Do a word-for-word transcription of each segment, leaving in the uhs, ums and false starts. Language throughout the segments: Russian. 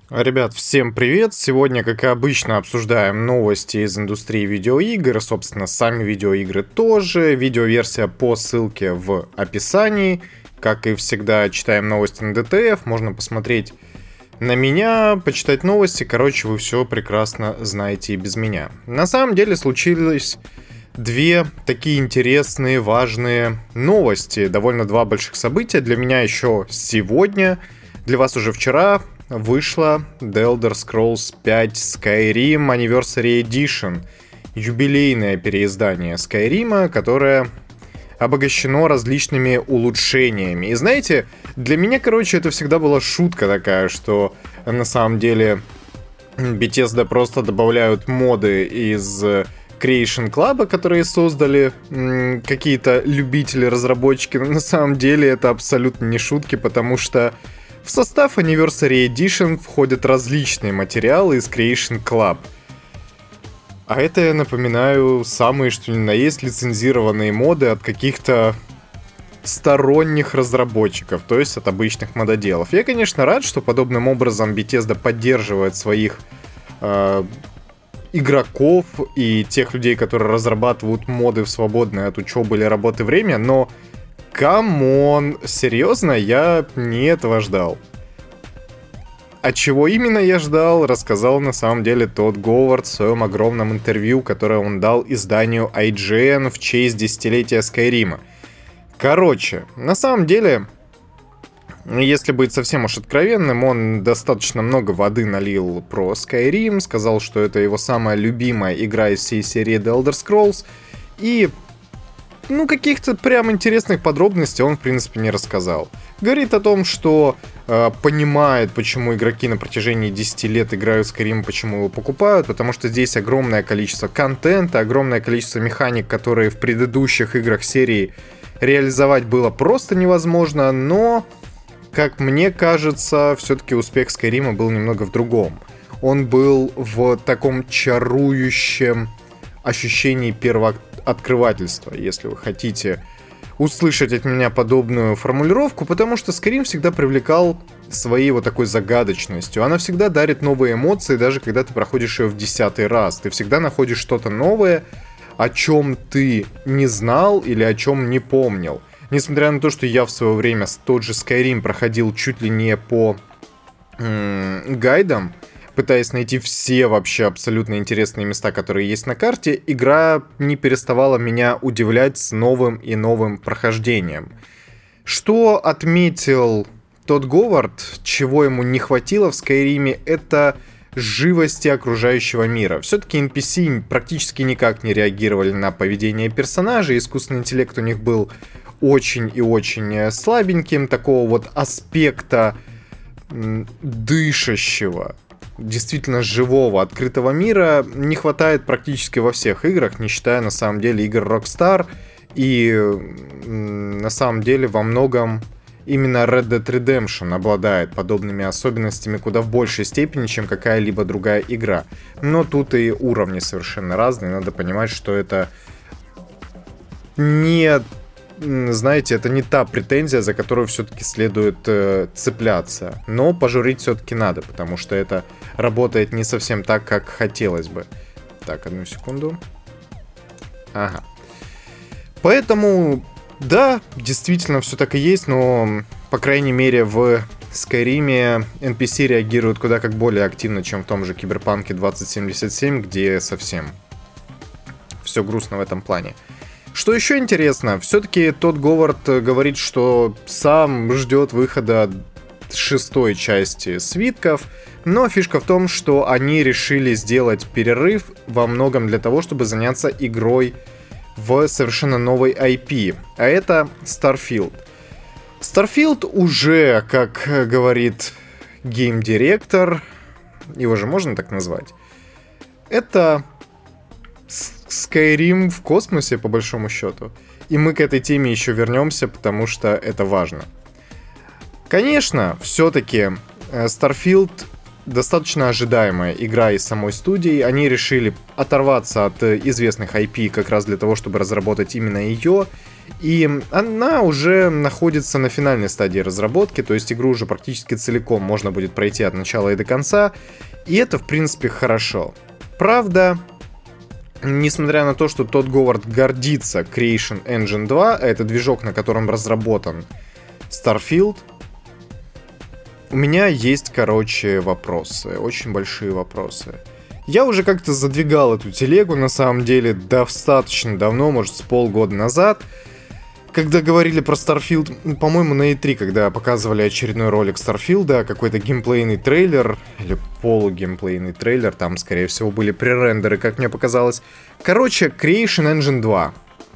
Ребят, всем привет! Сегодня, как и обычно, обсуждаем новости из индустрии видеоигр, собственно, сами видеоигры тоже, видеоверсия по ссылке в описании. Как и всегда, читаем новости на ди ти эф, можно посмотреть на меня, почитать новости, короче, вы все прекрасно знаете и без меня. На самом деле случилось две такие интересные, важные новости, довольно два больших события. Для меня еще сегодня, для вас уже вчера вышла The Elder Scrolls пять Skyrim Anniversary Edition, юбилейное переиздание Skyrim'а, которое обогащено различными улучшениями. И знаете, для меня, короче, это всегда была шутка такая, что на самом деле Bethesda просто добавляют моды из Creation Club, которые создали м- какие-то любители-разработчики. Но на самом деле это абсолютно не шутки, потому что в состав Anniversary Edition входят различные материалы из Creation Club. А это, я напоминаю, самые что ни на есть лицензированные моды от каких-то сторонних разработчиков, то есть от обычных мододелов. Я, конечно, рад, что подобным образом Bethesda поддерживает своих э, игроков и тех людей, которые разрабатывают моды в свободное от учебы или работы время, но камон, серьезно, я не этого ждал. А чего именно я ждал, рассказал на самом деле Тодд Говард в своем огромном интервью, которое он дал изданию ай джи эн в честь десятилетия Скайрима. Короче, на самом деле, если быть совсем уж откровенным, он достаточно много воды налил про Skyrim, сказал, что это его самая любимая игра из всей серии The Elder Scrolls, и ну, каких-то прям интересных подробностей он, в принципе, не рассказал. Говорит о том, что э, понимает, почему игроки на протяжении десяти лет играют в Skyrim, почему его покупают, потому что здесь огромное количество контента, огромное количество механик, которые в предыдущих играх серии реализовать было просто невозможно, но, как мне кажется, все-таки успех Skyrim был немного в другом. Он был в таком чарующем ощущении первооткрывательства, если вы хотите услышать от меня подобную формулировку, потому что Skyrim всегда привлекал своей вот такой загадочностью. Она всегда дарит новые эмоции, даже когда ты проходишь ее в десятый раз. Ты всегда находишь что-то новое, о чем ты не знал или о чем не помнил. Несмотря на то, что я в свое время тот же Skyrim проходил чуть ли не по м- гайдам, пытаясь найти все вообще абсолютно интересные места, которые есть на карте, игра не переставала меня удивлять с новым и новым прохождением. Что отметил Тодд Говард, чего ему не хватило в Скайриме, это живости окружающего мира. Все-таки эн пи си практически никак не реагировали на поведение персонажей, искусственный интеллект у них был очень и очень слабеньким, такого вот аспекта м- дышащего, действительно живого, открытого мира не хватает практически во всех играх, не считая на самом деле игр Rockstar. И на самом деле во многом именно Red Dead Redemption обладает подобными особенностями куда в большей степени, чем какая-либо другая игра. Но тут и уровни совершенно разные, надо понимать, что это не... знаете, это не та претензия, за которую все-таки следует э, цепляться. Но пожурить все-таки надо, потому что это работает не совсем так, как хотелось бы. Так, одну секунду. Ага. Поэтому, да, действительно все так и есть, но, по крайней мере, в Skyrim'е эн пи си реагируют куда как более активно, чем в том же Киберпанке двадцать семьдесят семь, где совсем все грустно в этом плане. Что еще интересно, все-таки Тодд Говард говорит, что сам ждет выхода шестой части свитков, но фишка в том, что они решили сделать перерыв во многом для того, чтобы заняться игрой в совершенно новой ай пи, а это Starfield. Starfield уже, как говорит гейм-директор, его же можно так назвать, это Skyrim в космосе, по большому счету. И мы к этой теме еще вернемся, потому что это важно. Конечно, все-таки Starfield достаточно ожидаемая игра из самой студии. Они решили оторваться от известных ай пи как раз для того, чтобы разработать именно ее. И она уже находится на финальной стадии разработки, то есть игру уже практически целиком можно будет пройти от начала и до конца, и это, в принципе, хорошо. Правда, несмотря на то, что Тодд Говард гордится Creation Engine два, это движок, на котором разработан Starfield, у меня есть, короче, вопросы, очень большие вопросы. Я уже как-то задвигал эту телегу, на самом деле, достаточно давно, может, с полгода назад, когда говорили про Starfield, по-моему, на и три, когда показывали очередной ролик Starfield'а, какой-то геймплейный трейлер, или полугеймплейный трейлер, там, скорее всего, были пререндеры, как мне показалось. Короче, Creation Engine два.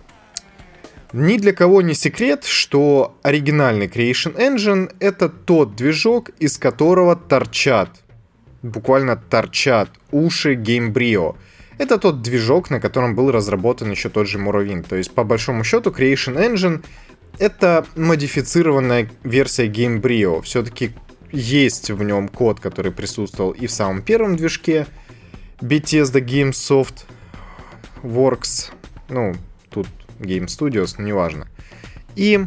Ни для кого не секрет, что оригинальный Creation Engine — это тот движок, из которого торчат, буквально торчат уши Gamebryo. Это тот движок, на котором был разработан еще тот же Morrowind. То есть, по большому счету, Creation Engine — это модифицированная версия Gamebryo. Все-таки есть в нем код, который присутствовал и в самом первом движке Bethesda Game Soft Works. Ну, тут Game Studios, но неважно. И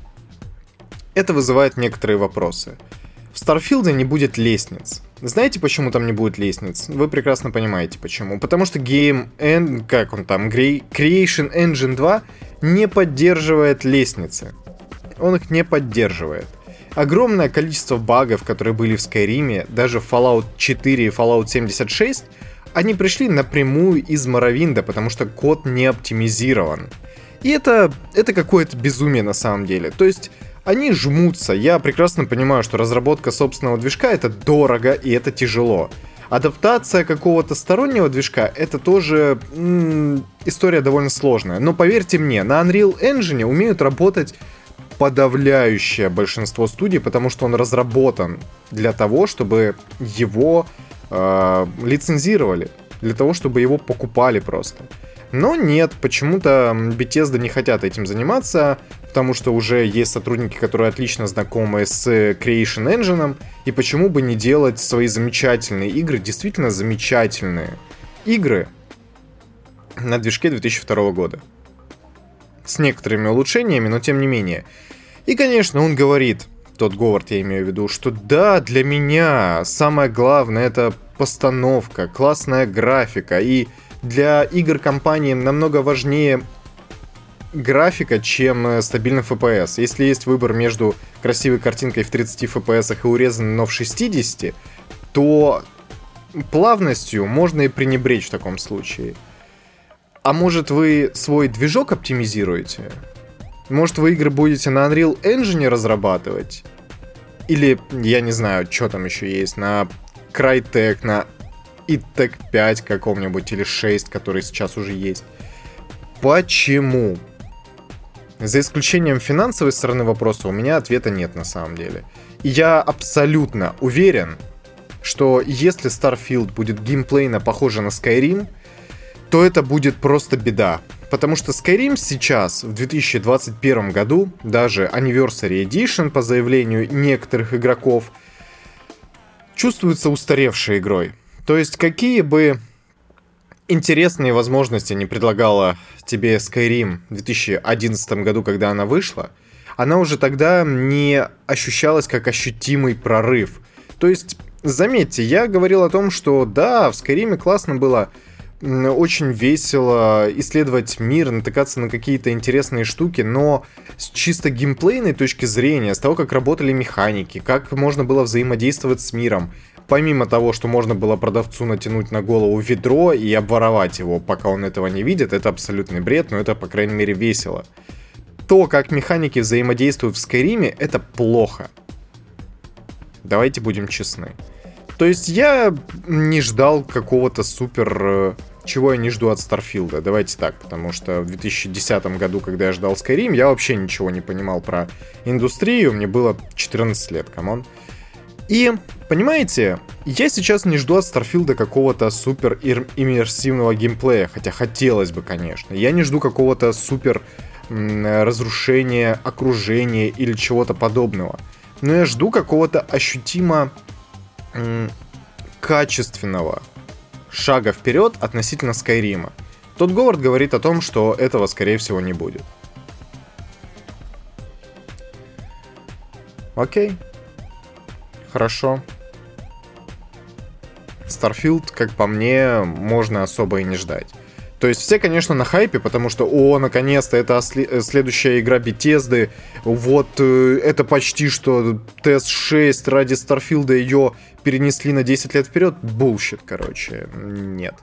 это вызывает некоторые вопросы. В Starfield не будет лестниц. Знаете, почему там не будет лестниц? Вы прекрасно понимаете, почему. Потому что Game End, как он там, Creation Engine два не поддерживает лестницы. Он их не поддерживает. Огромное количество багов, которые были в Skyrim, даже в Fallout четыре и Fallout семьдесят шесть, они пришли напрямую из Morrowind'а, потому что код не оптимизирован. И это, это какое-то безумие на самом деле. То есть они жмутся. Я прекрасно понимаю, что разработка собственного движка — это дорого и это тяжело. Адаптация какого-то стороннего движка — это тоже м- история довольно сложная. Но поверьте мне, на Unreal Engine умеют работать подавляющее большинство студий, потому что он разработан для того, чтобы его э, лицензировали, для того, чтобы его покупали просто. Но нет, почему-то Bethesda не хотят этим заниматься, потому что уже есть сотрудники, которые отлично знакомы с Creation Engine, и почему бы не делать свои замечательные игры, действительно замечательные игры на движке две тысячи второго года. С некоторыми улучшениями, но тем не менее. И, конечно, он говорит, Тодд Говард, я имею в виду, что да, для меня самое главное — это постановка, классная графика, и для игр компании намного важнее графика, чем стабильный эф пи эс. Если есть выбор между красивой картинкой в тридцати эф пи эс и урезанной, но в шестидесяти, то плавностью можно и пренебречь в таком случае. А может, вы свой движок оптимизируете? Может, вы игры будете на Unreal Engine разрабатывать? Или, я не знаю, что там еще есть, на Crytek, на и Тек пять каком-нибудь или шесть, который сейчас уже есть. Почему? За исключением финансовой стороны вопроса у меня ответа нет на самом деле. И я абсолютно уверен, что если Starfield будет геймплейно похоже на Skyrim, то это будет просто беда. Потому что Skyrim сейчас, в две тысячи двадцать первом году, даже Anniversary Edition, по заявлению некоторых игроков, чувствуется устаревшей игрой. То есть, какие бы интересные возможности не предлагала тебе Skyrim в две тысячи одиннадцатом году, когда она вышла, она уже тогда не ощущалась как ощутимый прорыв. То есть, заметьте, я говорил о том, что да, в Skyrim классно было, очень весело исследовать мир, натыкаться на какие-то интересные штуки, но с чисто геймплейной точки зрения, с того, как работали механики, как можно было взаимодействовать с миром, помимо того, что можно было продавцу натянуть на голову ведро и обворовать его, пока он этого не видит, это абсолютный бред, но это, по крайней мере, весело. То, как механики взаимодействуют в Скайриме, это плохо. Давайте будем честны. То есть я не ждал какого-то супер... Чего я не жду от Старфилда, давайте так, потому что в две тысячи десятом году, когда я ждал Skyrim, я вообще ничего не понимал про индустрию, мне было четырнадцать лет, камон. И, понимаете, я сейчас не жду от Старфилда какого-то супер иммерсивного геймплея, хотя хотелось бы, конечно. Я не жду какого-то супер м- разрушения окружения или чего-то подобного. Но я жду какого-то ощутимо м- качественного шага вперед относительно Скайрима. Тодд Говард говорит о том, что этого, скорее всего, не будет. Окей. Хорошо. Starfield, как по мне, можно особо и не ждать. То есть все, конечно, на хайпе, потому что, о, наконец-то, это осле- следующая игра Bethesda. Вот, э, это почти что ти эс шесть ради Starfield, ее перенесли на десять лет вперед. Булщит, короче. Нет.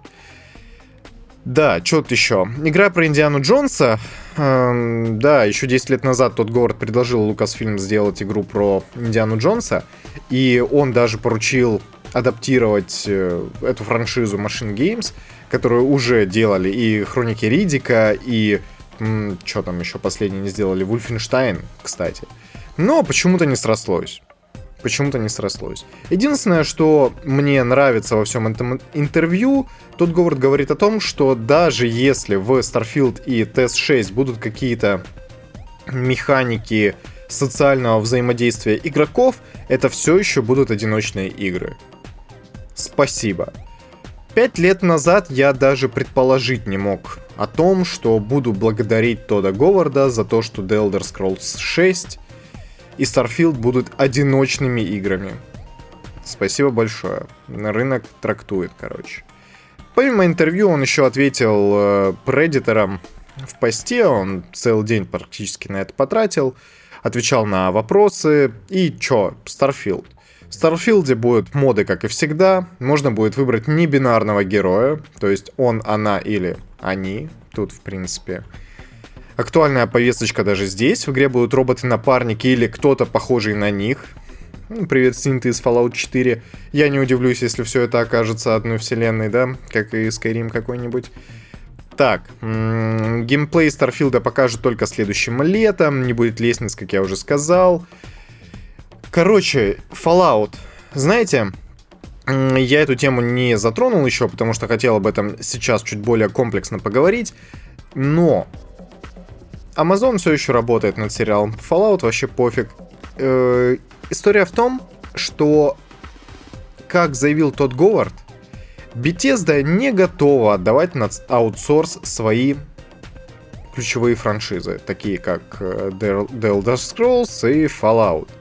Да, что тут еще? Игра про Индиану Джонса. Эм, да, еще десять лет назад тот Говард предложил Lucasfilm сделать игру про Индиану Джонса. И он даже поручил адаптировать э, эту франшизу Machine Games, которую уже делали и Хроники Риддика, и м, что там еще последнее не сделали, Wolfenstein, кстати. Но почему-то не срослось. Почему-то не срослось. Единственное, что мне нравится во всем этом интервью, тот Говард говорит о том, что даже если в Starfield и ти эс шесть будут какие-то механики социального взаимодействия игроков, это все еще будут одиночные игры. Спасибо. Пять лет назад я даже предположить не мог о том, что буду благодарить Тодда Говарда за то, что The Elder Scrolls шесть и Starfield будут одиночными играми. Спасибо большое. Рынок трактует, короче. Помимо интервью он еще ответил э, Предиторам в посте, он целый день практически на это потратил, отвечал на вопросы. И чё, Starfield. В Starfield будут моды, как и всегда. Можно будет выбрать небинарного героя, то есть он, она или они. Тут, в принципе, актуальная повесточка даже здесь. В игре будут роботы-напарники или кто-то похожий на них. Привет, синты из Fallout четыре. Я не удивлюсь, если все это окажется одной вселенной, да? Как и Skyrim какой-нибудь. Так, м-м, геймплей Starfield покажут только следующим летом. Не будет лестниц, как я уже сказал. Короче, Fallout. Знаете, я эту тему не затронул еще, потому что хотел об этом сейчас чуть более комплексно поговорить. Но Amazon все еще работает над сериалом Fallout, вообще пофиг. Э, история в том, что, как заявил тот Говард, Bethesda не готова отдавать на аутсорс свои ключевые франшизы, такие как The Elder Scrolls и Fallout.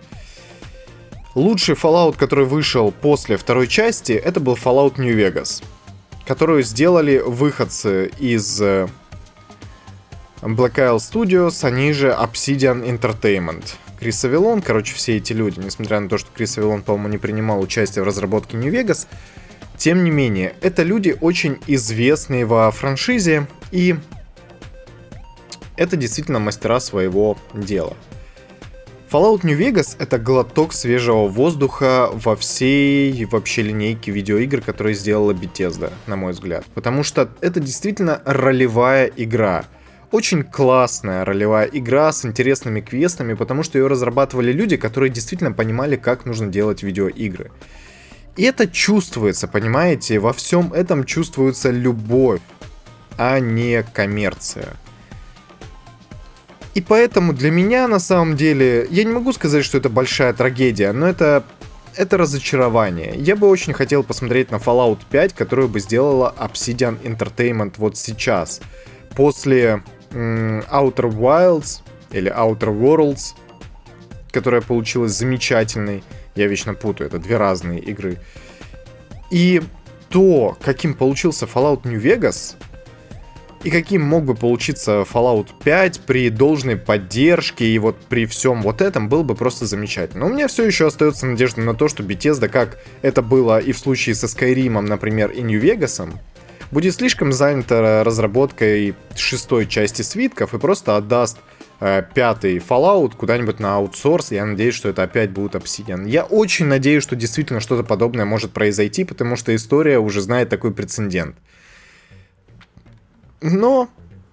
Лучший Fallout, который вышел после второй части, это был Fallout New Vegas, которую сделали выходцы из Black Isle Studios, они же Obsidian Entertainment. Крис Авилон, короче, все эти люди, несмотря на то, что Крис Авилон, по-моему, не принимал участие в разработке New Vegas, тем не менее, это люди очень известные во франшизе, и это действительно мастера своего дела. Fallout New Vegas — это глоток свежего воздуха во всей вообще линейке видеоигр, которые сделала Bethesda, на мой взгляд. Потому что это действительно ролевая игра. Очень классная ролевая игра с интересными квестами, потому что ее разрабатывали люди, которые действительно понимали, как нужно делать видеоигры. И это чувствуется, понимаете? Во всем этом чувствуется любовь, а не коммерция. И поэтому для меня, на самом деле, я не могу сказать, что это большая трагедия, но это, это разочарование. Я бы очень хотел посмотреть на Fallout пять, которую бы сделала Obsidian Entertainment вот сейчас. После м- Outer Wilds или Outer Worlds, которая получилась замечательной. Я вечно путаю, это две разные игры. И то, каким получился Fallout New Vegas, и каким мог бы получиться Fallout пять при должной поддержке и вот при всем вот этом, было бы просто замечательно. Но у меня все еще остается надежда на то, что Bethesda, как это было и в случае со Skyrim, например, и New Vegas, будет слишком занята разработкой шестой части свитков и просто отдаст э, пятый Fallout куда-нибудь на аутсорс. Я надеюсь, что это опять будет Obsidian. Я очень надеюсь, что действительно что-то подобное может произойти, потому что история уже знает такой прецедент. Но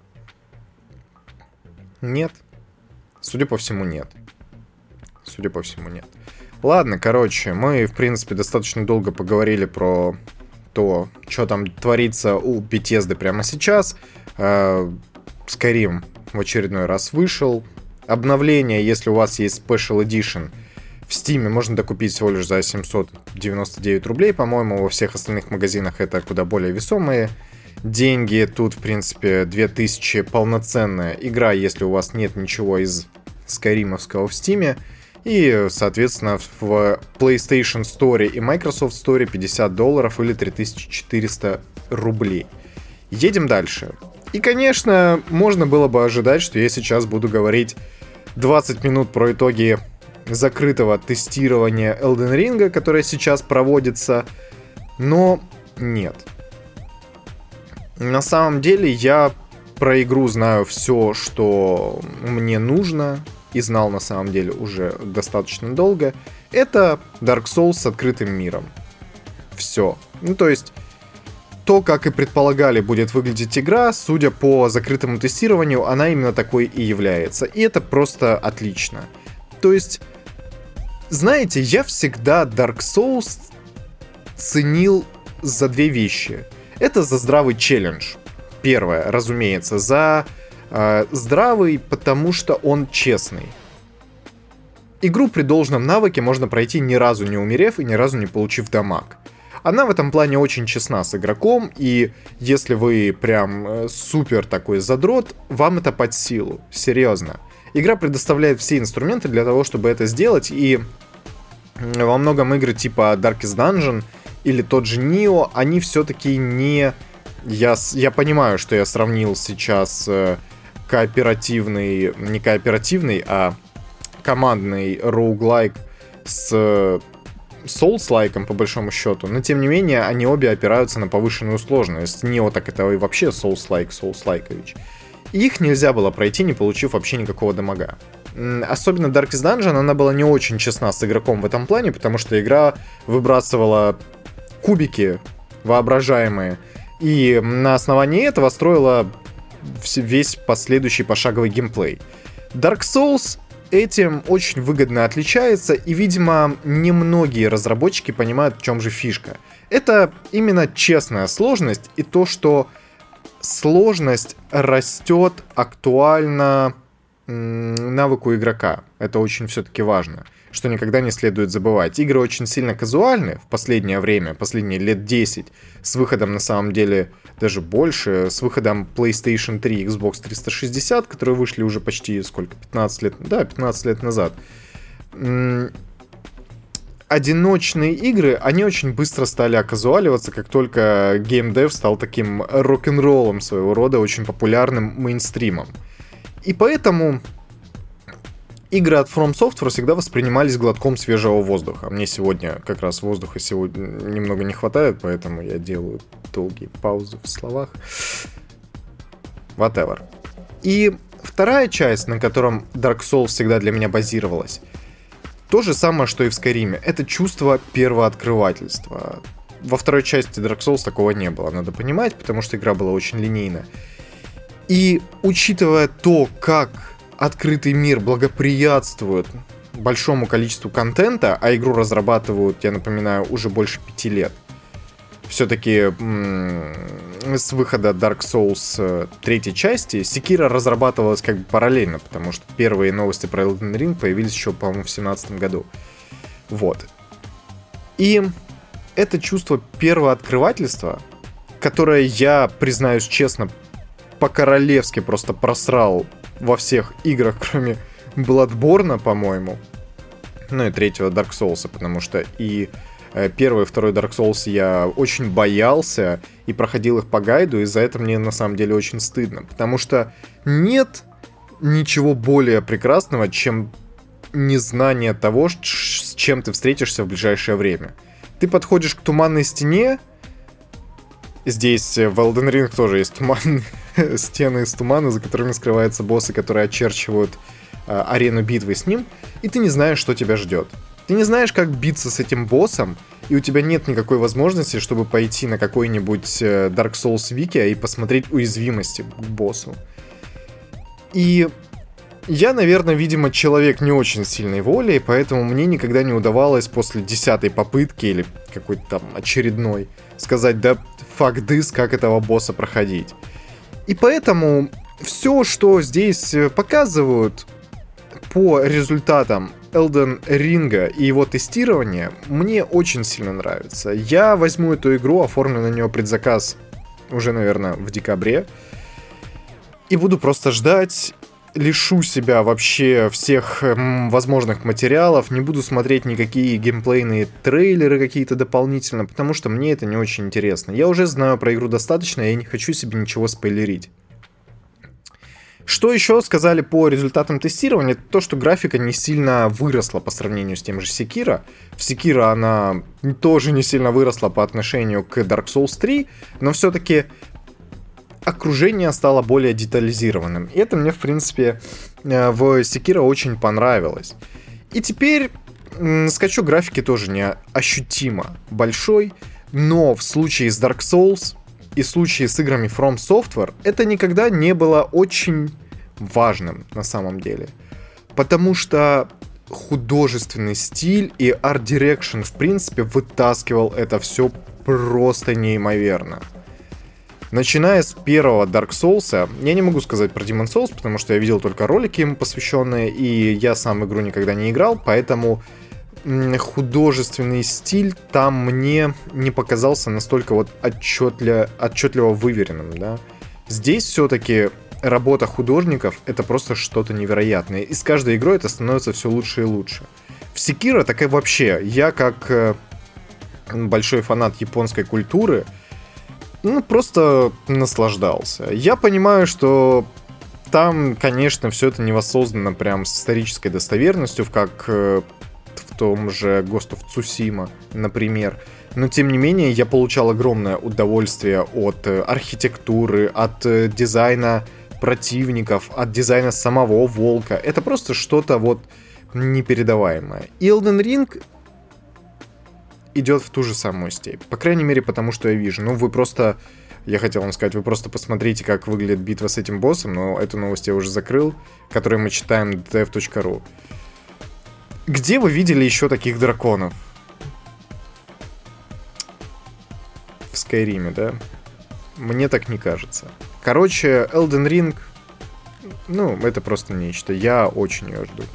нет. Судя по всему, нет. Судя по всему, нет. Ладно, короче, мы, в принципе, достаточно долго поговорили про то, что там творится у Bethesda прямо сейчас. Skyrim в очередной раз вышел. Обновление, если у вас есть Special Edition, в Steam можно докупить всего лишь за семьсот девяносто девять рублей, по-моему. Во всех остальных магазинах это куда более весомые деньги. Тут, в принципе, две тысячи полноценная игра, если у вас нет ничего из скайримовского в Стиме. И, соответственно, в PlayStation Store и Microsoft Store пятьдесят долларов или три тысячи четыреста рублей. Едем дальше. И, конечно, можно было бы ожидать, что я сейчас буду говорить двадцать минут про итоги закрытого тестирования Elden Ring, которое сейчас проводится, но нет. На самом деле я про игру знаю все, что мне нужно, и знал на самом деле уже достаточно долго. Это Dark Souls с открытым миром. Все. Ну, то есть, то, как и предполагали, будет выглядеть игра, судя по закрытому тестированию, она именно такой и является. И это просто отлично. То есть, знаете, я всегда Dark Souls ценил за две вещи. Это за здравый челлендж. Первое, разумеется, за э, здравый, потому что он честный. Игру при должном навыке можно пройти ни разу не умерев и ни разу не получив дамаг. Она в этом плане очень честна с игроком, и если вы прям э, супер такой задрот, вам это под силу, серьезно. Игра предоставляет все инструменты для того, чтобы это сделать, и во многом игры типа Darkest Dungeon или тот же Nioh, они все-таки не... Я, я понимаю, что я сравнил сейчас э, кооперативный, не кооперативный, а командный роуглайк с э, Souls-лайком, по большому счету, но тем не менее, они обе опираются на повышенную сложность. Nioh так это и вообще Souls-лайк, Souls-лайкович. Их нельзя было пройти, не получив вообще никакого дамага. Особенно Darkest Dungeon, она была не очень честна с игроком в этом плане, потому что игра выбрасывала кубики воображаемые, и на основании этого строила весь последующий пошаговый геймплей. Dark Souls этим очень выгодно отличается, и, видимо, немногие разработчики понимают, в чем же фишка. Это именно честная сложность, и то, что сложность растет актуально навыку игрока. Это очень все-таки важно, что никогда не следует забывать. Игры очень сильно казуальны в последнее время, последние лет десять, с выходом, на самом деле, даже больше, с выходом PlayStation три и Xbox триста шестьдесят, которые вышли уже почти, сколько, пятнадцать лет, да, пятнадцать лет назад. Одиночные игры, они очень быстро стали оказуаливаться, как только геймдев стал таким рок-н-роллом своего рода, очень популярным мейнстримом. И поэтому игры от From Software всегда воспринимались глотком свежего воздуха. Мне сегодня как раз воздуха сегодня немного не хватает, поэтому я делаю долгие паузы в словах. Whatever. И вторая часть, на котором Dark Souls всегда для меня базировалась, то же самое, что и в Skyrim. Это чувство первооткрывательства. Во второй части Dark Souls такого не было, надо понимать, потому что игра была очень линейная. И учитывая то, как открытый мир благоприятствует большому количеству контента, а игру разрабатывают, я напоминаю, уже больше пяти лет. Все-таки м- с выхода Dark Souls третьей части Sekiro разрабатывалась как бы параллельно, потому что первые новости про Elden Ring появились еще, по-моему, в семнадцатом году. Вот. И это чувство первооткрывательства, которое я, признаюсь честно, по-королевски просто просрал во всех играх, кроме Bloodborne, по-моему. Ну и третьего Dark Souls, потому что и э, первый и второй Dark Souls я очень боялся и проходил их по гайду, и за это мне на самом деле очень стыдно. Потому что нет ничего более прекрасного, чем незнание того, с чем ты встретишься в ближайшее время. Ты подходишь к туманной стене. Здесь в Elden Ring тоже есть туманные стены из тумана, за которыми скрываются боссы, которые очерчивают э, арену битвы с ним, и ты не знаешь, что тебя ждет. Ты не знаешь, как биться с этим боссом, и у тебя нет никакой возможности, чтобы пойти на какой-нибудь э, Dark Souls Wiki и посмотреть уязвимости к боссу. И я, наверное, видимо, человек не очень сильной воли, поэтому мне никогда не удавалось после десятой попытки или какой-то там очередной сказать, да fuck this, как этого босса проходить. И поэтому все, что здесь показывают по результатам Elden Ring и его тестирования, мне очень сильно нравится. Я возьму эту игру, оформлю на нее предзаказ уже, наверное, в декабре, и буду просто ждать лишу себя вообще всех м, возможных материалов, не буду смотреть никакие геймплейные трейлеры какие-то дополнительно, потому что мне это не очень интересно. Я уже знаю про игру достаточно, я не хочу себе ничего спойлерить. Что еще сказали по результатам тестирования, это то, что графика не сильно выросла по сравнению с тем же Sekiro. В Sekiro она тоже не сильно выросла по отношению к Dark Souls три, но все-таки окружение стало более детализированным. И это мне, в принципе, в Sekiro очень понравилось. И теперь м, скачок графики тоже не ощутимо большой, но в случае с Dark Souls и в случае с играми From Software это никогда не было очень важным на самом деле. Потому что художественный стиль и арт-дирекшн, в принципе, вытаскивал это все просто неимоверно. Начиная с первого Dark Souls, я не могу сказать про Demon's Souls, потому что я видел только ролики ему посвященные, и я сам в игру никогда не играл, поэтому художественный стиль там мне не показался настолько вот отчетливо, отчетливо выверенным, да. Здесь все-таки работа художников — это просто что-то невероятное, и с каждой игрой это становится все лучше и лучше. В Sekiro так и вообще, я как большой фанат японской культуры, ну, просто наслаждался. Я понимаю, что там, конечно, все это не воссоздано прям с исторической достоверностью, как в том же Ghost of Tsushima, например. Но, тем не менее, я получал огромное удовольствие от архитектуры, от дизайна противников, от дизайна самого волка. Это просто что-то вот непередаваемое. И Elden Ring идет в ту же самую степь. По крайней мере, потому что я вижу. Ну, вы просто... Я хотел вам сказать, вы просто посмотрите, как выглядит битва с этим боссом, но эту новость я уже закрыл, которую мы читаем на ди ти эф точка ру. Где вы видели еще таких драконов? В Скайриме, да? Мне так не кажется. Короче, Elden Ring... Ну, это просто нечто. Я очень ее жду.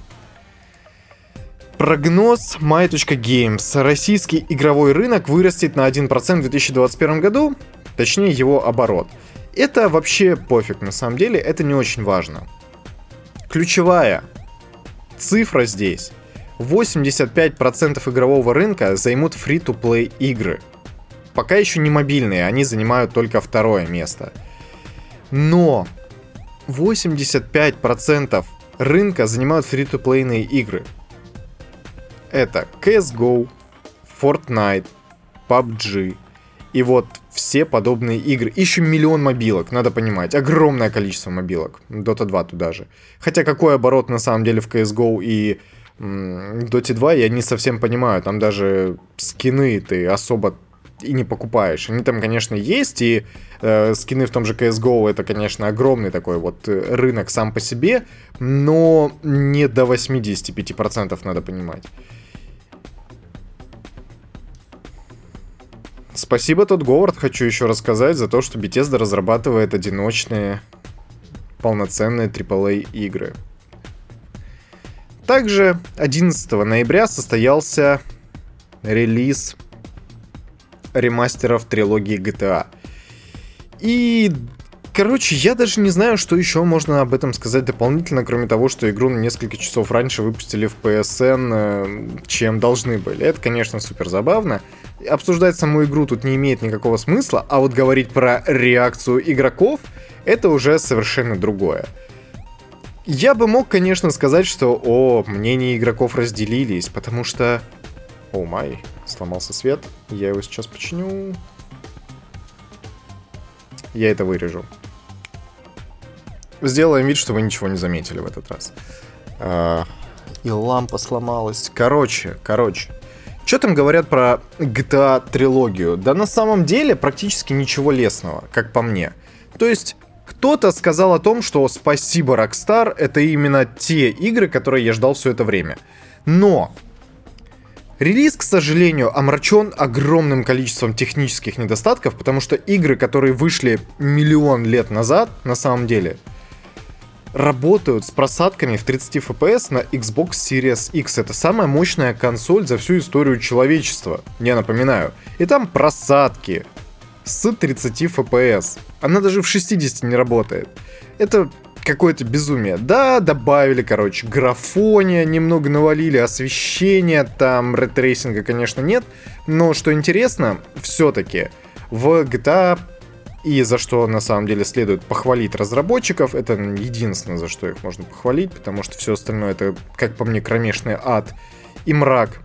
Прогноз my.games. Российский игровой рынок вырастет на один процент в две тысячи двадцать первом году, точнее его оборот. Это вообще пофиг на самом деле, это не очень важно. Ключевая цифра здесь. восемьдесят пять процентов игрового рынка займут фри-то-плей игры. Пока еще не мобильные, они занимают только второе место. Но восемьдесят пять процентов рынка занимают фри-то-плейные игры. Это си эс го, Fortnite, пабг и вот все подобные игры. Еще миллион мобилок, надо понимать. Огромное количество мобилок. дота два туда же. Хотя какой оборот на самом деле в си эс го и м, дота два я не совсем понимаю. Там даже скины ты особо и не покупаешь. Они там, конечно, есть, и э, скины в том же си эс го это, конечно, огромный такой вот рынок сам по себе, но не до восемьдесят пять процентов надо понимать. Спасибо, Тодд Говард, хочу еще рассказать за то, что Bethesda разрабатывает одиночные полноценные три-эй игры. Также одиннадцатого ноября состоялся релиз ремастеров трилогии джи ти эй. И, короче, я даже не знаю, что еще можно об этом сказать дополнительно, кроме того, что игру на несколько часов раньше выпустили в пи эс эн, чем должны были. Это, конечно, супер забавно. Обсуждать саму игру тут не имеет никакого смысла, а вот говорить про реакцию игроков — это уже совершенно другое. Я бы мог, конечно, сказать, что, о, мнения игроков разделились, потому что... О май, сломался свет, я его сейчас починю. Я это вырежу. Сделаем вид, что вы ничего не заметили в этот раз. А, и лампа сломалась. Короче, короче. Что там говорят про джи ти эй трилогию? Да на самом деле практически ничего лестного, как по мне. То есть кто-то сказал о том, что спасибо Rockstar, это именно те игры, которые я ждал все это время. Но релиз, к сожалению, омрачен огромным количеством технических недостатков, потому что игры, которые вышли миллион лет назад, на самом деле, работают с просадками в тридцать эф пи эс на Xbox Series X. Это самая мощная консоль за всю историю человечества, я напоминаю. И там просадки с тридцать эф пи эс. Она даже в шестьдесят не работает. Это какое-то безумие. Да, добавили, короче, графония, немного навалили, освещения, там рейтрейсинга, конечно, нет. Но, что интересно, все-таки в джи ти эй, и за что, на самом деле, следует похвалить разработчиков, это единственное, за что их можно похвалить, потому что все остальное это, как по мне, кромешный ад и мрак.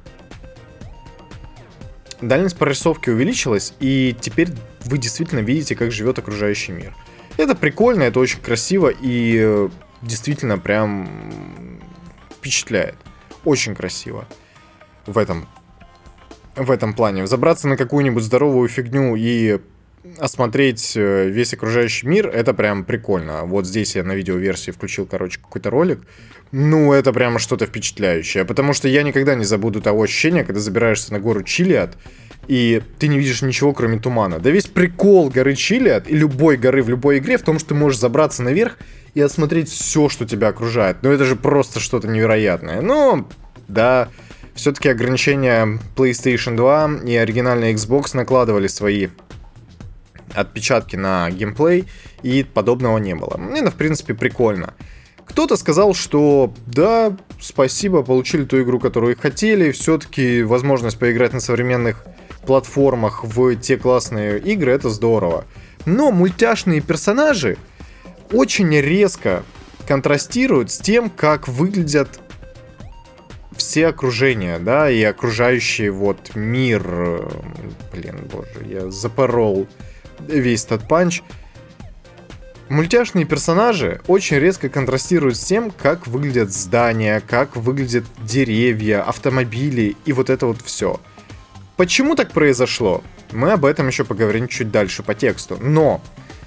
Дальность прорисовки увеличилась, и теперь вы действительно видите, как живет окружающий мир. Это прикольно, это очень красиво и действительно прям впечатляет. Очень красиво в этом, в этом плане. Взобраться на какую-нибудь здоровую фигню и осмотреть весь окружающий мир, это прям прикольно. Вот здесь я на видеоверсии включил, короче, какой-то ролик. Ну, это прямо что-то впечатляющее. Потому что я никогда не забуду того ощущения, когда забираешься на гору Чилиад, и ты не видишь ничего, кроме тумана. Да весь прикол горы Чилиад и любой горы в любой игре в том, что ты можешь забраться наверх и осмотреть все, что тебя окружает. Ну, это же просто что-то невероятное. Но, да, все-таки ограничения PlayStation два и оригинальный Xbox накладывали свои отпечатки на геймплей, и подобного не было. Это, в принципе, прикольно. Кто-то сказал, что да, спасибо, получили ту игру, которую хотели, все-таки возможность поиграть на современных платформах в те классные игры, это здорово. Но мультяшные персонажи очень резко контрастируют с тем, как выглядят все окружения, да, и окружающий вот мир. Блин, боже, я запорол весь этот панч. Мультяшные персонажи очень резко контрастируют с тем, как выглядят здания, как выглядят деревья, автомобили и вот это вот все. Почему так произошло? Мы об этом еще поговорим чуть дальше по тексту. Но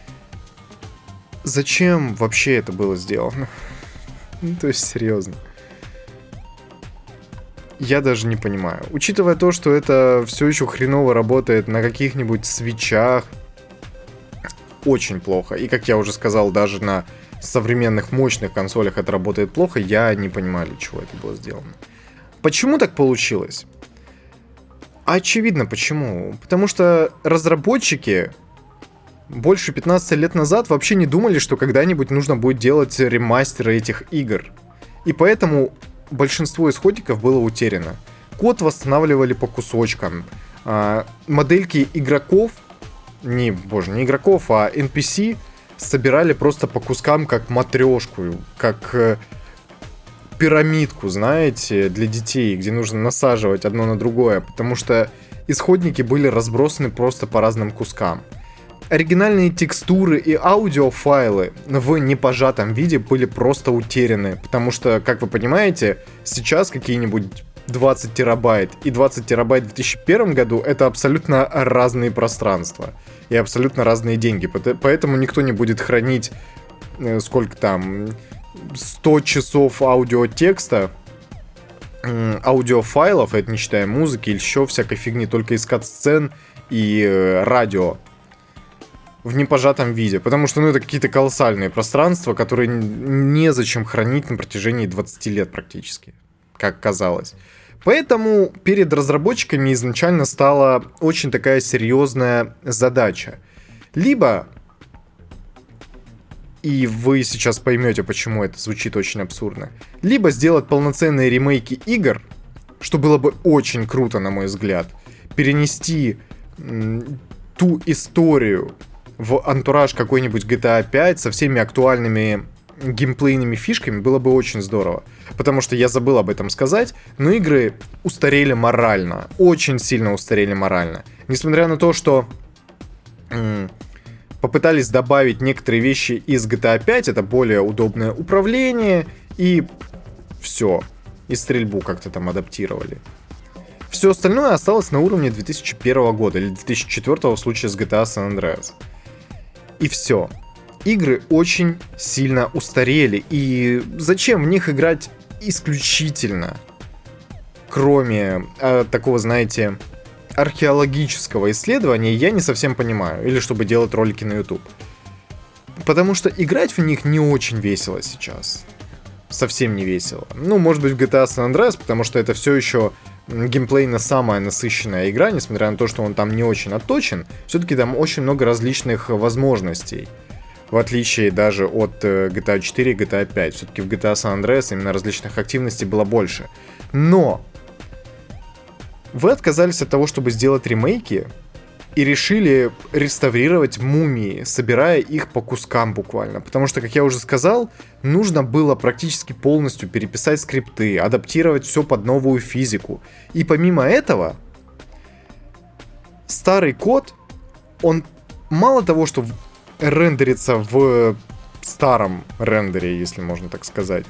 зачем вообще это было сделано? Ну, то есть, серьезно. Я даже не понимаю. Учитывая то, что это все еще хреново работает на каких-нибудь свитчах, очень плохо. И, как я уже сказал, даже на современных мощных консолях это работает плохо, я не понимаю, для чего это было сделано. Почему так получилось? Очевидно, почему. Потому что разработчики больше пятнадцати лет назад вообще не думали, что когда-нибудь нужно будет делать ремастеры этих игр. И поэтому большинство исходников было утеряно. Код восстанавливали по кусочкам. А, модельки игроков, не, боже, не игроков, а эн пи си собирали просто по кускам, как матрешку, как э, пирамидку, знаете, для детей, где нужно насаживать одно на другое, потому что исходники были разбросаны просто по разным кускам. Оригинальные текстуры и аудиофайлы в непожатом виде были просто утеряны, потому что, как вы понимаете, сейчас какие-нибудь двадцать терабайт и двадцать терабайт в две тысячи первом году это абсолютно разные пространства и абсолютно разные деньги, поэтому никто не будет хранить сколько там сто часов аудиотекста, аудиофайлов, это не считая музыки или еще всякой фигни, только из кат-сцен и радио в непожатом виде, потому что, ну, это какие-то колоссальные пространства, которые незачем хранить на протяжении двадцати лет практически, как казалось. Поэтому перед разработчиками изначально стала очень такая серьезная задача. Либо, и вы сейчас поймете, почему это звучит очень абсурдно, либо сделать полноценные ремейки игр, что было бы очень круто, на мой взгляд, перенести м, ту историю в антураж какой-нибудь джи ти эй пять со всеми актуальными геймплейными фишками, было бы очень здорово. Потому что я забыл об этом сказать, но игры устарели морально. Очень сильно устарели морально. Несмотря на то, что м- попытались добавить некоторые вещи из джи ти эй пять, это более удобное управление и все. И стрельбу как-то там адаптировали. Все остальное осталось на уровне две тысячи первого года или две тысячи четвёртого в случае с джи ти эй San Andreas. И все. Игры очень сильно устарели. И зачем в них играть исключительно? Кроме э, такого, знаете, археологического исследования, я не совсем понимаю. Или чтобы делать ролики на YouTube. Потому что играть в них не очень весело сейчас. Совсем не весело. Ну, может быть, в джи ти эй San Andreas, потому что это все еще геймплейно самая насыщенная игра, несмотря на то, что он там не очень отточен, все-таки там очень много различных возможностей. в отличие даже от джи ти эй четыре и джи ти эй пять. Все-таки в джи ти эй San Andreas именно различных активностей было больше. Но вы отказались от того, чтобы сделать ремейки, и решили реставрировать мумии, собирая их по кускам буквально. Потому что, как я уже сказал, нужно было практически полностью переписать скрипты, адаптировать все под новую физику. И помимо этого, старый код, он мало того, что рендерится в старом рендере, если можно так сказать.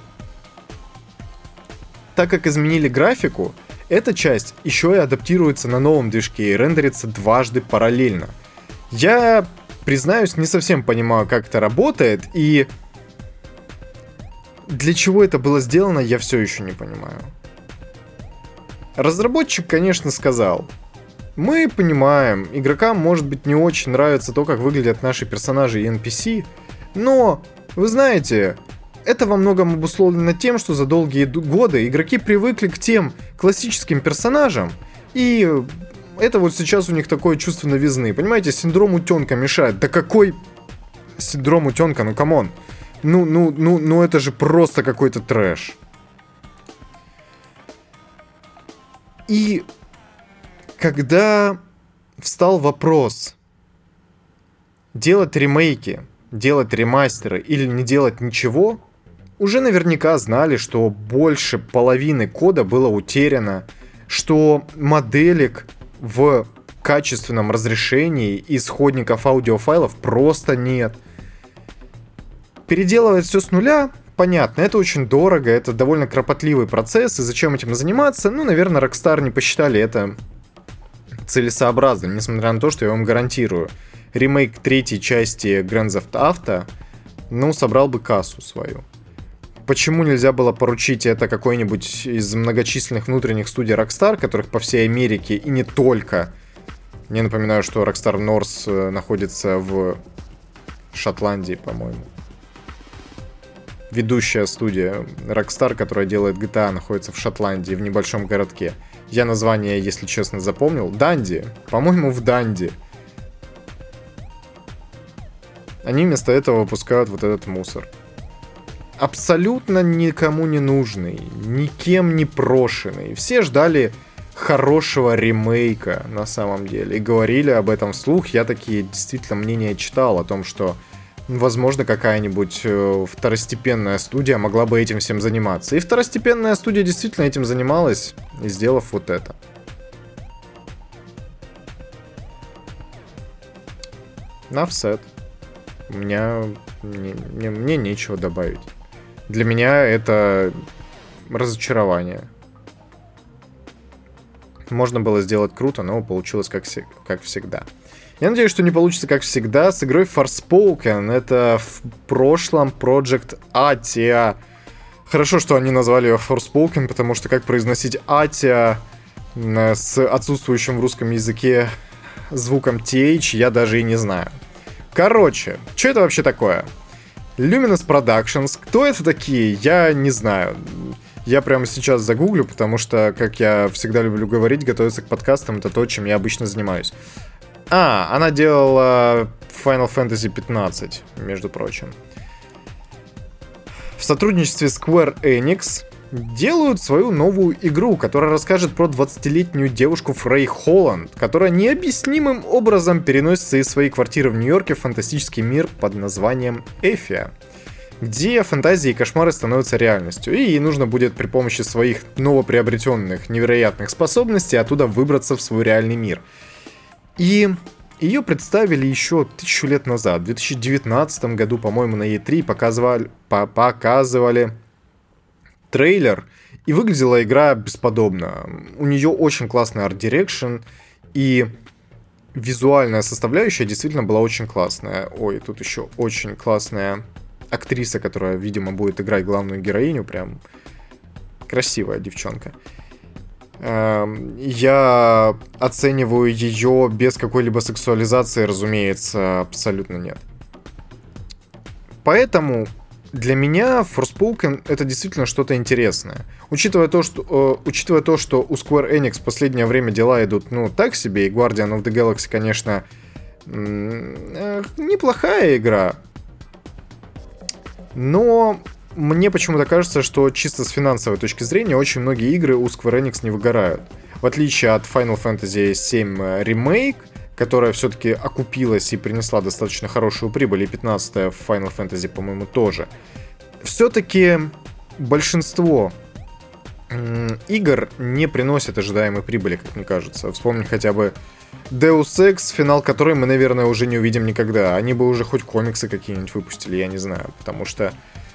Так как изменили графику, эта часть еще и адаптируется на новом движке и рендерится дважды параллельно. Я, признаюсь, не совсем понимаю, как это работает, и для чего это было сделано, я все еще не понимаю. Разработчик, конечно, сказал: мы понимаем, игрокам, может быть, не очень нравится то, как выглядят наши персонажи и эн пи си, но, вы знаете, это во многом обусловлено тем, что за долгие годы игроки привыкли к тем классическим персонажам, и это вот сейчас у них такое чувство новизны. Понимаете, синдром утенка мешает. Да какой синдром утенка? Ну, камон. Ну, ну, ну, ну это же просто какой-то трэш. И когда встал вопрос делать ремейки, делать ремастеры или не делать ничего, уже наверняка знали, что больше половины кода было утеряно, что моделек в качественном разрешении исходников аудиофайлов просто нет. Переделывать все с нуля, понятно, это очень дорого, это довольно кропотливый процесс, и зачем этим заниматься? Ну, наверное, Rockstar не посчитали это целесообразным, несмотря на то, что я вам гарантирую, ремейк третьей части Grand Theft Auto, ну, собрал бы кассу свою. Почему нельзя было поручить это какой-нибудь из многочисленных внутренних студий Rockstar, которых по всей Америке и не только? Я напоминаю, что Rockstar North находится в Шотландии, по-моему. Ведущая студия Rockstar, которая делает джи ти эй, находится в Шотландии, в небольшом городке. Я название, если честно, запомнил. Данди. По-моему, в Данди. Они вместо этого выпускают вот этот мусор. Абсолютно никому не нужный, никем не прошенный. Все ждали хорошего ремейка на самом деле и говорили об этом вслух. Я такие действительно мнения читал о том, что, возможно, какая-нибудь второстепенная студия могла бы этим всем заниматься. И второстепенная студия действительно этим занималась, сделав вот это. Навсет. У меня... Мне, мне, мне нечего добавить. Для меня это разочарование. Можно было сделать круто, но получилось как, как всегда. Я надеюсь, что не получится как всегда с игрой Forspoken. Это в прошлом Project Atia. Хорошо, что они назвали ее Forspoken, потому что как произносить Atia с отсутствующим в русском языке звуком ти эйч я даже и не знаю. Короче, что это вообще такое? Luminous Productions. Кто это такие? Я не знаю. Я прямо сейчас загуглю, потому что, как я всегда люблю говорить, готовиться к подкастам — это то, чем я обычно занимаюсь. А, она делала Final Fantasy пятнадцать, между прочим. В сотрудничестве Square Enix делают свою новую игру, которая расскажет про двадцатилетнюю девушку Фрей Холланд, которая необъяснимым образом переносится из своей квартиры в Нью-Йорке в фантастический мир под названием Эфия, где фантазии и кошмары становятся реальностью, и ей нужно будет при помощи своих новоприобретенных невероятных способностей оттуда выбраться в свой реальный мир. И ее представили еще тысячу лет назад, в две тысячи девятнадцатом году, по-моему, на и три показывали, по показывали трейлер, и выглядела игра бесподобно. У нее очень классный арт-дирекшн, и визуальная составляющая действительно была очень классная. Ой, тут еще очень классная актриса, которая, видимо, будет играть главную героиню. Прям красивая девчонка. Я оцениваю ее без какой-либо сексуализации, разумеется, абсолютно нет. Поэтому для меня Forspoken это действительно что-то интересное. Учитывая то, что, э, учитывая то, что у Square Enix в последнее время дела идут, ну, так себе, и Guardian of the Galaxy, конечно, э, неплохая игра, Но мне почему-то кажется, что чисто с финансовой точки зрения очень многие игры у Square Enix не выгорают. В отличие от Final Fantasy семь Remake, которая все-таки окупилась и принесла достаточно хорошую прибыль, и пятнадцатая Final Fantasy, по-моему, тоже. Все-таки большинство м- игр не приносят ожидаемой прибыли, как мне кажется. Вспомни хотя бы Deus Ex, финал которой мы, наверное, уже не увидим никогда. Они бы уже хоть комиксы какие-нибудь выпустили, я не знаю, потому что...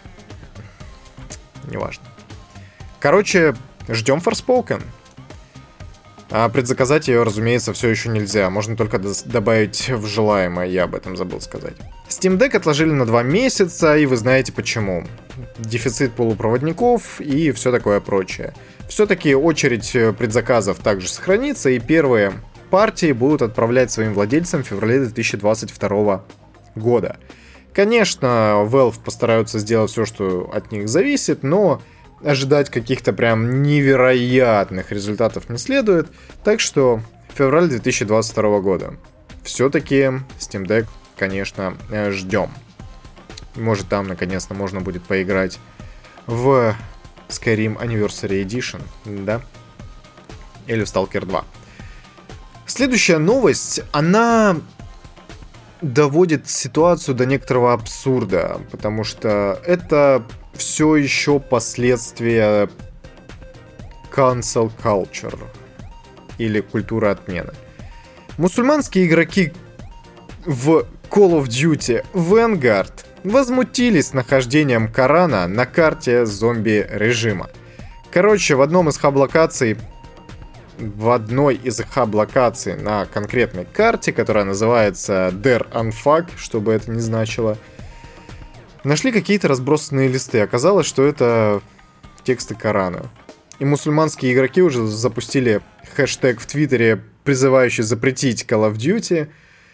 Неважно. Короче, ждем Forspoken. А предзаказать ее, разумеется, все еще нельзя. Можно только добавить в желаемое, я об этом забыл сказать. Steam Deck отложили на два месяца, и вы знаете почему. Дефицит полупроводников и все такое прочее. Все-таки очередь предзаказов также сохранится, и первые партии будут отправлять своим владельцам в феврале две тысячи двадцать второго года. Конечно, Valve постараются сделать все, что от них зависит, но ожидать каких-то прям невероятных результатов не следует. Так что февраль две тысячи двадцать второго года. Все-таки Steam Deck, конечно, ждем. Может, там наконец-то можно будет поиграть в Skyrim Anniversary Edition, да? Или в Stalker два. Следующая новость, она доводит ситуацию до некоторого абсурда, потому что это все еще последствия cancel culture или культуры отмены. Мусульманские игроки в Call of Duty Vanguard возмутились нахождением Корана на карте зомби-режима. Короче, в одном из хаб-локаций в одной из хаб-локаций на конкретной карте, которая называется Der Anfang, что бы это ни значило, нашли какие-то разбросанные листы. Оказалось, что это тексты Корана. И мусульманские игроки уже запустили хэштег в Твиттере, призывающий запретить Call of Duty.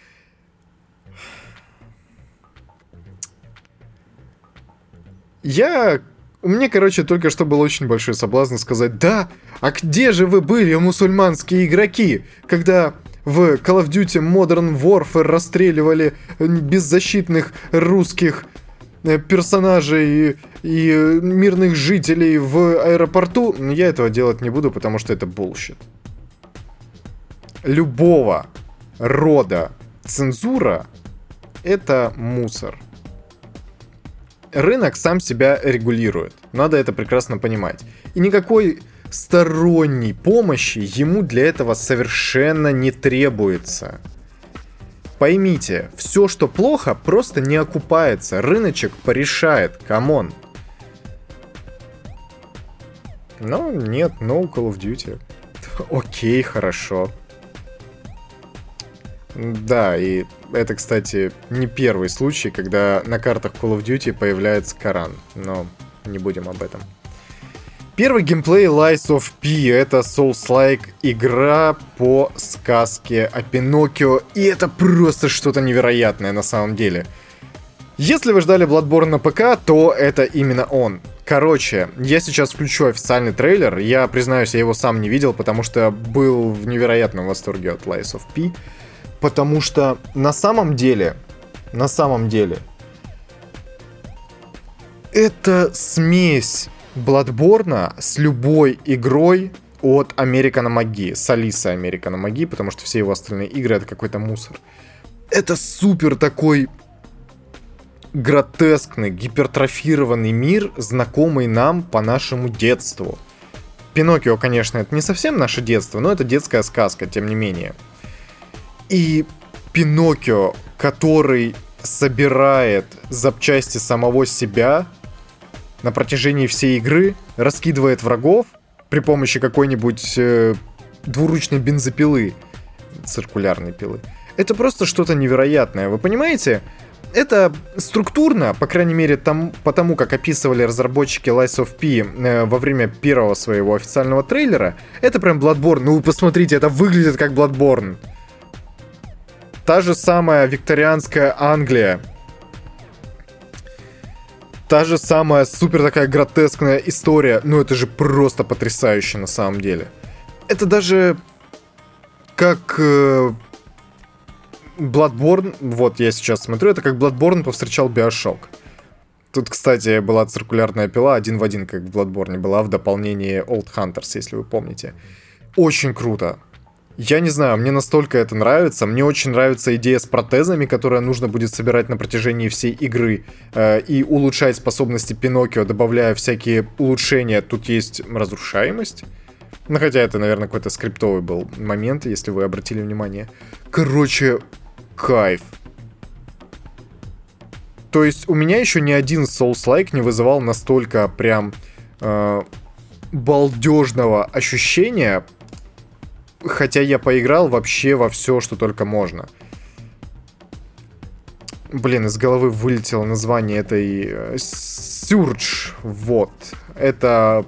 Я... У меня, короче, только что был очень большой соблазн сказать: да, а где же вы были, мусульманские игроки, когда в Call of Duty Modern Warfare расстреливали беззащитных русских персонажей и мирных жителей в аэропорту? Но я этого делать не буду, потому что это bullshit. Любого рода цензура — это мусор. Рынок сам себя регулирует. Надо это прекрасно понимать. И никакой сторонней помощи ему для этого совершенно не требуется. Поймите, все, что плохо, просто не окупается. Рыночек порешает. Камон. Но нет, no Call of Duty. Окей, хорошо. Да, и это, кстати, не первый случай, когда на картах Call of Duty появляется Коран, но не будем об этом. Первый геймплей Lies of P — это Souls-like игра по сказке о Пиноккио, и это просто что-то невероятное на самом деле. Если вы ждали Bloodborne на ПК, то это именно он. Короче, я сейчас включу официальный трейлер, я признаюсь, я его сам не видел, потому что был в невероятном восторге от Lies of P. Потому что на самом деле, на самом деле, это смесь Bloodborne с любой игрой от American Magi, с Алисой American Magi, потому что все его остальные игры — это какой-то мусор. Это супер такой гротескный, гипертрофированный мир, знакомый нам по нашему детству. Пиноккио, конечно, это не совсем наше детство, но это детская сказка, тем не менее. И Пиноккио, который собирает запчасти самого себя на протяжении всей игры, раскидывает врагов при помощи какой-нибудь э, двуручной бензопилы, циркулярной пилы. Это просто что-то невероятное, вы понимаете? Это структурно, по крайней мере, там, по тому, как описывали разработчики Lies of P э, во время первого своего официального трейлера, это прям Bloodborne. Ну вы посмотрите, это выглядит как Bloodborne. Та же самая викторианская Англия. Та же самая супер такая гротескная история. Ну это же просто потрясающе на самом деле. Это даже как э, Bloodborne, вот я сейчас смотрю, это как Bloodborne повстречал BioShock. Тут, кстати, была циркулярная пила один в один, как в Bloodborne была в дополнении Old Hunters, если вы помните. Очень круто. Я не знаю, мне настолько это нравится. Мне очень нравится идея с протезами, которая нужно будет собирать на протяжении всей игры. Э, и улучшать способности Пиноккио, добавляя всякие улучшения. Тут есть разрушаемость. Ну, хотя это, наверное, какой-то скриптовый был момент, если вы обратили внимание. Короче, кайф. То есть у меня еще ни один Souls-like не вызывал настолько прям э, балдежного ощущения. Хотя я поиграл вообще во все, что только можно. Блин, из головы вылетело название этой... Surge. Вот. Это...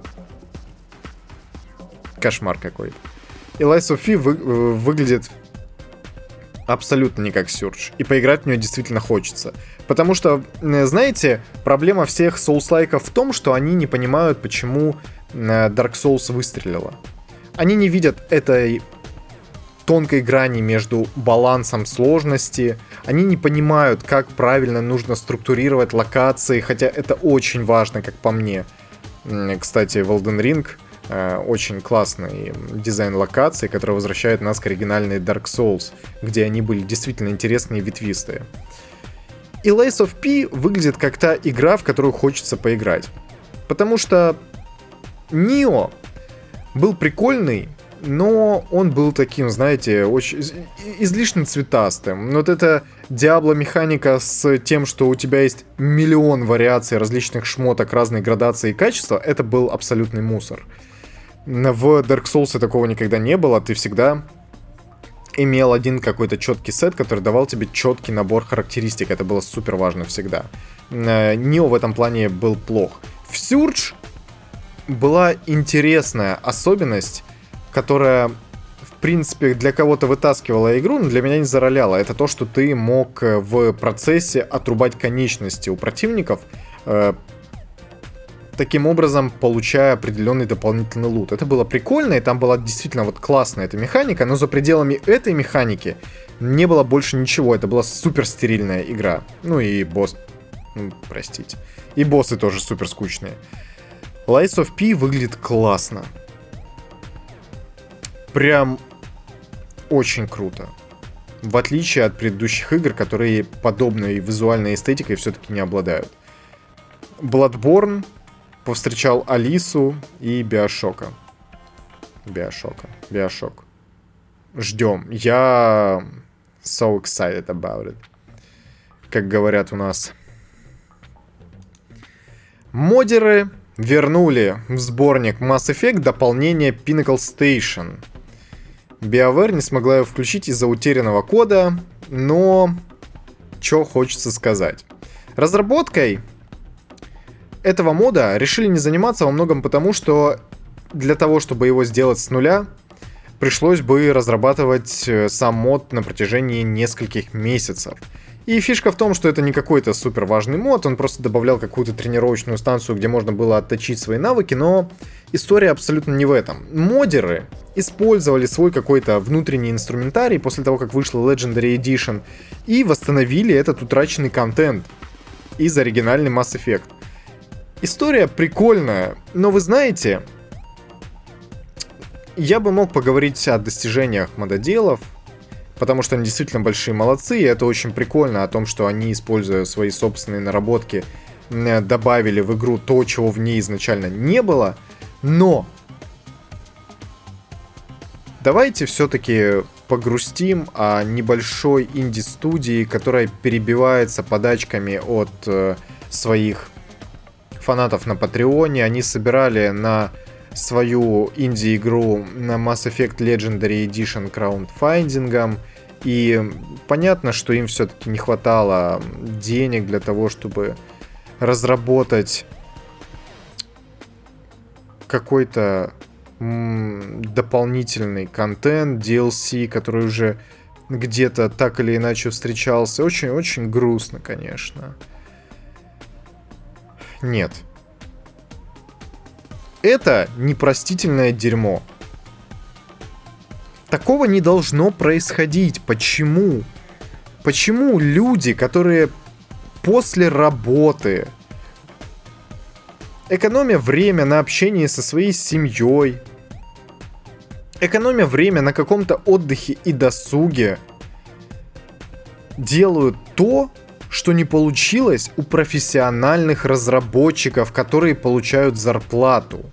Кошмар какой-то. И Lies of P вы... выглядит абсолютно не как Surge. И поиграть в нее действительно хочется. Потому что, знаете, проблема всех Souls-лайков в том, что они не понимают, почему Dark Souls выстрелила. Они не видят этой тонкой грани между балансом сложности. Они не понимают, как правильно нужно структурировать локации, хотя это очень важно, как по мне. Кстати, в Elden Ring э, очень классный дизайн локаций, который возвращает нас к оригинальной Dark Souls, где они были действительно интересные и ветвистые. И Lies of P выглядит как та игра, в которую хочется поиграть. Потому что Нио был прикольный, но он был таким, знаете, очень излишне цветастым. Вот эта Диабло-механика с тем, что у тебя есть миллион вариаций различных шмоток, разной градации и качества, это был абсолютный мусор. В Dark Souls такого никогда не было, ты всегда имел один какой-то четкий сет, который давал тебе четкий набор характеристик, это было супер важно всегда. Нио в этом плане был плох. В Surge была интересная особенность, которая, в принципе, для кого-то вытаскивала игру, но для меня не зароляла. Это то, что ты мог в процессе отрубать конечности у противников, э, таким образом получая определенный дополнительный лут. Это было прикольно, и там была действительно вот классная эта механика, но за пределами этой механики не было больше ничего. Это была супер стерильная игра. Ну и босс... Ну, простите. И боссы тоже супер скучные. Lies of P выглядит классно. Прям очень круто. В отличие от предыдущих игр, которые подобной визуальной эстетикой все-таки не обладают. Bloodborne повстречал Алису и Биошока. Биошока. Биошок. Ждем. Я so excited about it. Как говорят у нас. Модеры вернули в сборник Mass Effect дополнение Pinnacle Station. BioWare не смогла его включить из-за утерянного кода, но что хочется сказать. Разработкой этого мода решили не заниматься во многом потому, что для того, чтобы его сделать с нуля, пришлось бы разрабатывать сам мод на протяжении нескольких месяцев. И фишка в том, что это не какой-то супер важный мод, он просто добавлял какую-то тренировочную станцию, где можно было отточить свои навыки, но история абсолютно не в этом. Модеры использовали свой какой-то внутренний инструментарий после того, как вышла Legendary Edition, и восстановили этот утраченный контент из оригинальной Mass Effect. История прикольная, но вы знаете, я бы мог поговорить о достижениях мододелов, потому что они действительно большие молодцы, и это очень прикольно о том, что они, используя свои собственные наработки, добавили в игру то, чего в ней изначально не было. Но давайте все-таки погрустим о небольшой инди-студии, которая перебивается подачками от э, своих фанатов на Патреоне. Они собирали на свою инди-игру на Mass Effect Legendary Edition краундфандингом. И понятно, что им все-таки не хватало денег для того, чтобы разработать какой-то м- дополнительный контент, ди эл си, который уже где-то так или иначе встречался. Очень-очень грустно, конечно. Нет. Это непростительное дерьмо. Такого не должно происходить. Почему? Почему люди, которые после работы экономя время на общении со своей семьей, экономя время на каком-то отдыхе и досуге, делают то, что не получилось у профессиональных разработчиков, которые получают зарплату.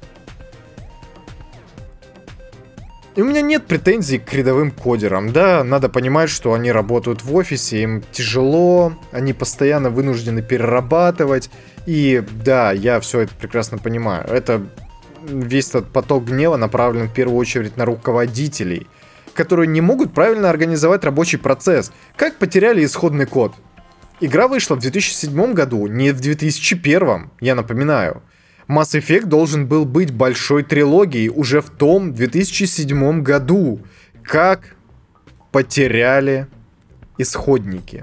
И у меня нет претензий к рядовым кодерам. Да, надо понимать, что они работают в офисе, им тяжело, они постоянно вынуждены перерабатывать. И да, я все это прекрасно понимаю. Это весь этот поток гнева направлен в первую очередь на руководителей, которые не могут правильно организовать рабочий процесс. Как потеряли исходный код? Игра вышла в две тысячи седьмом году, не в две тысячи первом, я напоминаю. Mass Effect должен был быть большой трилогией уже в том две тысячи седьмом году. Как потеряли исходники?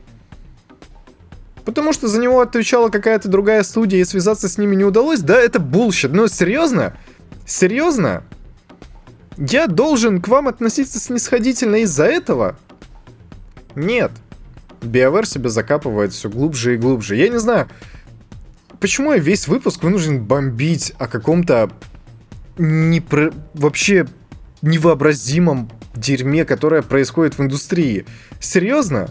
Потому что за него отвечала какая-то другая студия, и связаться с ними не удалось? Да, это булщит. Ну, серьезно? Серьезно? Я должен к вам относиться снисходительно из-за этого? Нет. BioWare себя закапывает все глубже и глубже. Я не знаю, почему я весь выпуск вынужден бомбить о каком-то непро... вообще невообразимом дерьме, которое происходит в индустрии. Серьезно?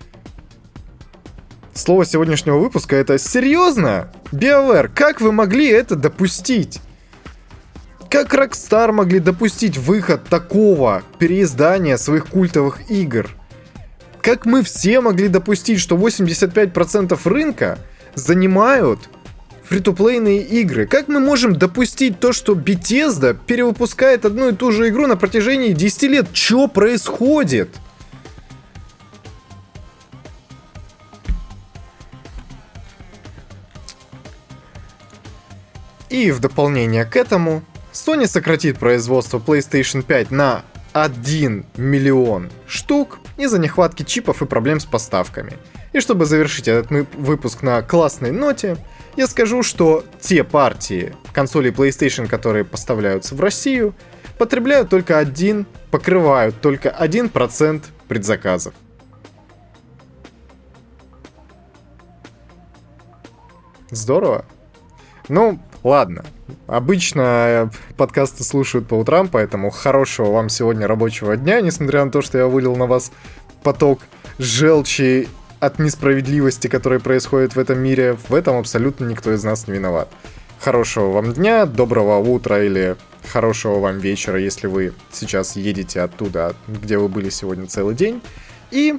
Слово сегодняшнего выпуска — это «серьезно? BioWare, как вы могли это допустить?» Как Rockstar могли допустить выход такого переиздания своих культовых игр? Как мы все могли допустить, что восемьдесят пять процентов рынка занимают фри-то-плейные игры? Как мы можем допустить то, что Bethesda перевыпускает одну и ту же игру на протяжении десяти лет? Что происходит? И в дополнение к этому, Sony сократит производство PlayStation пять на один миллион штук из-за нехватки чипов и проблем с поставками. И чтобы завершить этот выпуск на классной ноте, я скажу, что те партии консолей PlayStation, которые поставляются в Россию, потребляют только один, покрывают только один процент предзаказов. Здорово. Ну, ладно. Обычно подкасты слушают по утрам, поэтому хорошего вам сегодня рабочего дня, несмотря на то, что я вылил на вас поток желчи от несправедливости, которая происходит в этом мире. В этом абсолютно никто из нас не виноват. Хорошего вам дня, доброго утра или хорошего вам вечера, если вы сейчас едете оттуда, где вы были сегодня целый день. И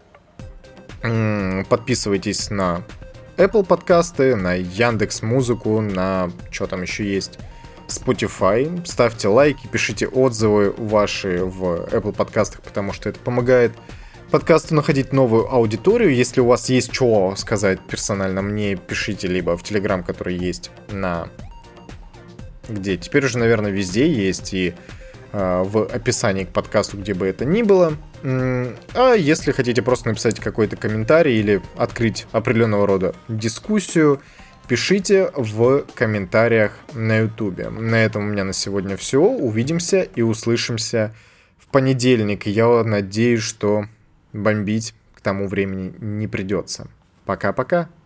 м- подписывайтесь на Apple подкасты, на Яндекс.Музыку, на что там еще есть, Spotify. Ставьте лайки, пишите отзывы ваши в Apple подкастах, потому что это помогает подкасту находить новую аудиторию. Если у вас есть что сказать персонально мне, пишите либо в Telegram, который есть на... где теперь уже, наверное, везде есть, и э, в описании к подкасту, где бы это ни было. А если хотите просто написать какой-то комментарий или открыть определенного рода дискуссию, пишите в комментариях на YouTube. На этом у меня на сегодня все. Увидимся и услышимся в понедельник. Я надеюсь, что бомбить к тому времени не придется. Пока-пока.